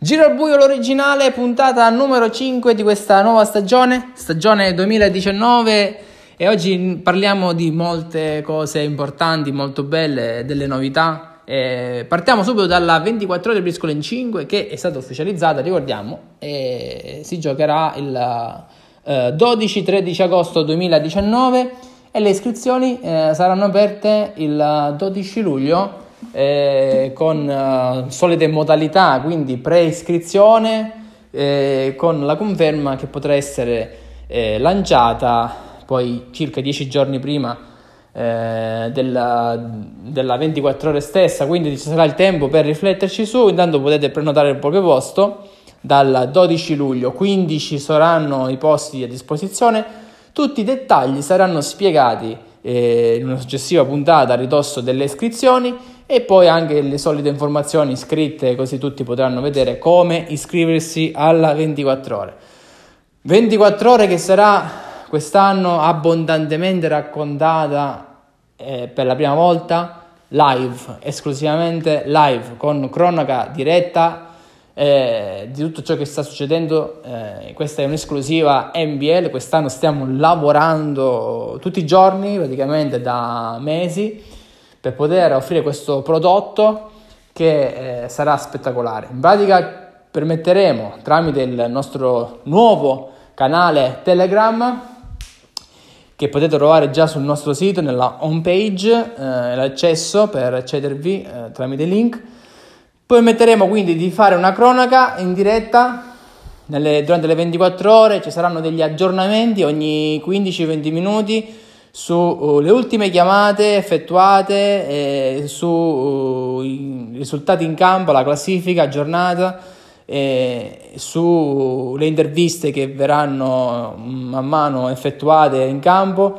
Giro al buio, l'originale, puntata numero 5 di questa nuova stagione 2019, e oggi parliamo di molte cose importanti, molto belle, delle novità. Partiamo subito dalla 24 ore briscola in 5 che è stata ufficializzata, ricordiamo, e si giocherà il 12-13 agosto 2019 e le iscrizioni saranno aperte il 12 luglio. Con solite modalità, quindi pre-iscrizione con la conferma che potrà essere lanciata poi circa 10 giorni prima della 24 ore stessa, quindi ci sarà il tempo per rifletterci su. Intanto potete prenotare il proprio posto dal 12 luglio, 15 saranno i posti a disposizione. Tutti i dettagli saranno spiegati in una successiva puntata a ridosso delle iscrizioni, e poi anche le solite informazioni scritte, così tutti potranno vedere come iscriversi alla 24 ore. 24 ore che sarà quest'anno abbondantemente raccontata per la prima volta live, esclusivamente live, con cronaca diretta di tutto ciò che sta succedendo. Questa è un'esclusiva NBL, quest'anno stiamo lavorando tutti i giorni, praticamente da mesi, per poter offrire questo prodotto che sarà spettacolare. In pratica permetteremo, tramite il nostro nuovo canale Telegram, che potete trovare già sul nostro sito nella home page, l'accesso per accedervi tramite link. Permetteremo quindi di fare una cronaca in diretta durante le 24 ore. Ci saranno degli aggiornamenti ogni 15-20 minuti sulle ultime chiamate effettuate, sui risultati in campo, la classifica aggiornata, sulle interviste che verranno man mano effettuate in campo,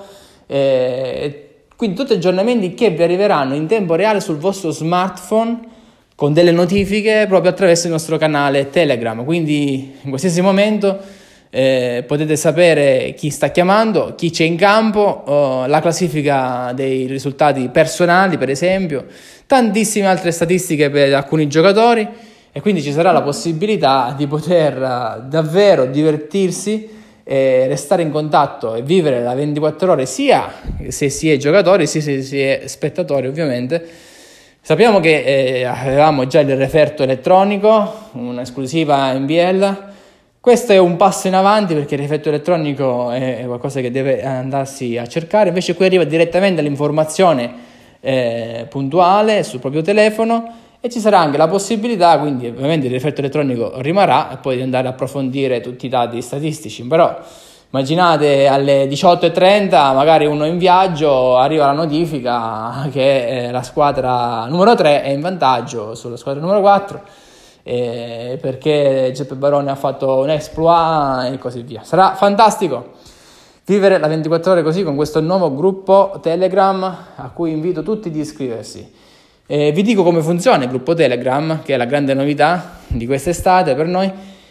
quindi tutti aggiornamenti che vi arriveranno in tempo reale sul vostro smartphone con delle notifiche proprio attraverso il nostro canale Telegram. Quindi in qualsiasi momento potete sapere chi sta chiamando, chi c'è in campo, la classifica dei risultati personali, per esempio, tantissime altre statistiche per alcuni giocatori, e quindi ci sarà la possibilità di poter davvero divertirsi, restare in contatto e vivere la 24 ore, sia se si è giocatori sia se si è spettatori, ovviamente. Sappiamo che avevamo già il referto elettronico, un'esclusiva NBL. Questo è un passo in avanti, perché il referto elettronico è qualcosa che deve andarsi a cercare, invece qui arriva direttamente l'informazione puntuale sul proprio telefono, e ci sarà anche la possibilità, quindi ovviamente il referto elettronico rimarrà, e poi di andare a approfondire tutti i dati statistici. Però immaginate alle 18:30, magari uno in viaggio, arriva la notifica che la squadra numero 3 è in vantaggio sulla squadra numero 4, perché Giuseppe Baroni ha fatto un exploit e così via. Sarà fantastico vivere la 24 ore così, con questo nuovo gruppo Telegram a cui invito tutti di iscriversi. Vi dico come funziona il gruppo Telegram, che è la grande novità di quest'estate per noi.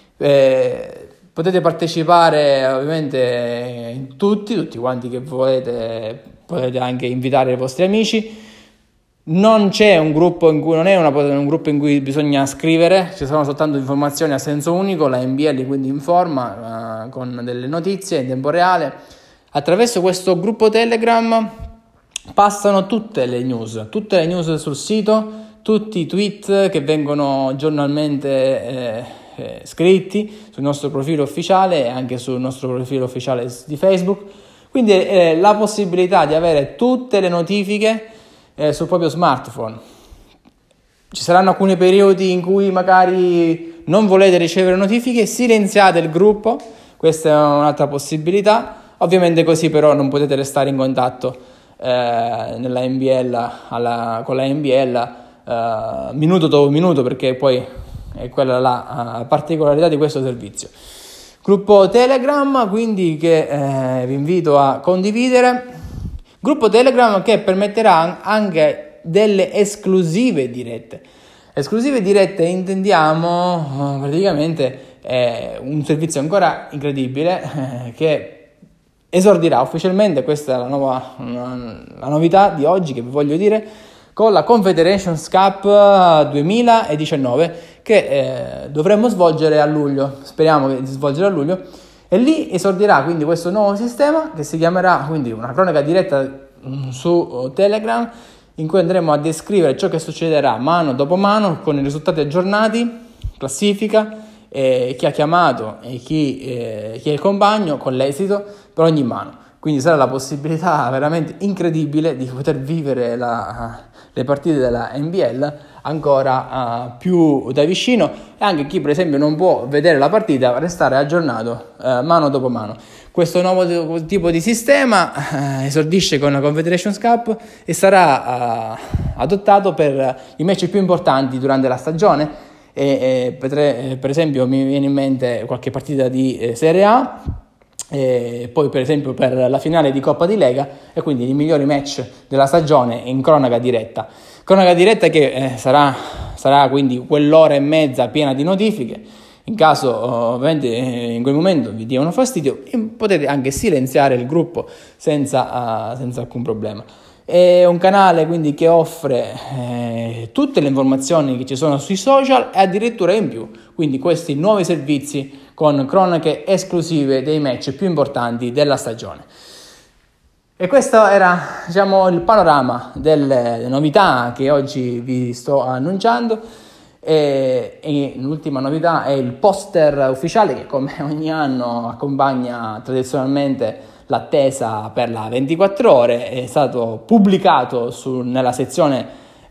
Potete partecipare ovviamente tutti quanti che volete, potete anche invitare i vostri amici. Non c'è un gruppo in cui, non è un gruppo in cui bisogna scrivere, ci sono soltanto informazioni a senso unico. La NBL quindi informa con delle notizie in tempo reale. Attraverso questo gruppo Telegram passano tutte le news sul sito, tutti i tweet che vengono giornalmente scritti sul nostro profilo ufficiale e anche sul nostro profilo ufficiale di Facebook. Quindi la possibilità di avere tutte le notifiche sul proprio smartphone. Ci saranno alcuni periodi in cui magari non volete ricevere notifiche, silenziate il gruppo, questa è un'altra possibilità. Ovviamente così però non potete restare in contatto nella NBL con la NBL minuto dopo minuto, perché poi è quella la particolarità di questo servizio. Gruppo Telegram quindi che vi invito a condividere. Gruppo Telegram che permetterà anche delle esclusive dirette. Esclusive dirette intendiamo praticamente un servizio ancora incredibile che esordirà ufficialmente. Questa è la novità di oggi che vi voglio dire. con la Confederations Cup 2019 che dovremmo svolgere a luglio, speriamo di svolgere a luglio, e lì esordirà quindi questo nuovo sistema che si chiamerà quindi una cronaca diretta su Telegram, in cui andremo a descrivere ciò che succederà mano dopo mano con i risultati aggiornati, classifica, chi ha chiamato e chi è il compagno con l'esito per ogni mano. Quindi sarà la possibilità veramente incredibile di poter vivere le partite della NBL ancora più da vicino, e anche chi per esempio non può vedere la partita restare aggiornato mano dopo mano. Questo nuovo tipo di sistema esordisce con la Confederations Cup e sarà adottato per i match più importanti durante la stagione. Per esempio mi viene in mente qualche partita di Serie A, poi per esempio per la finale di Coppa di Lega, e quindi i migliori match della stagione in cronaca diretta che sarà quindi quell'ora e mezza piena di notifiche. In caso ovviamente in quel momento vi diano fastidio, potete anche silenziare il gruppo senza alcun problema. È un canale quindi che offre tutte le informazioni che ci sono sui social e addirittura in più, quindi questi nuovi servizi con cronache esclusive dei match più importanti della stagione. E questo era, il panorama delle novità che oggi vi sto annunciando. E l'ultima novità è il poster ufficiale che come ogni anno accompagna tradizionalmente l'attesa per la 24 ore. È stato pubblicato nella sezione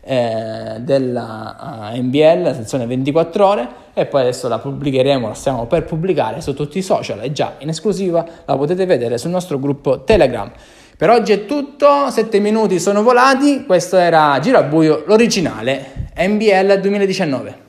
della NBL, la sezione 24 ore, e poi adesso la stiamo per pubblicare su tutti i social, e già in esclusiva la potete vedere sul nostro gruppo Telegram. Per oggi è tutto, 7 minuti sono volati, questo era Giro al Buio, l'originale NBL 2019.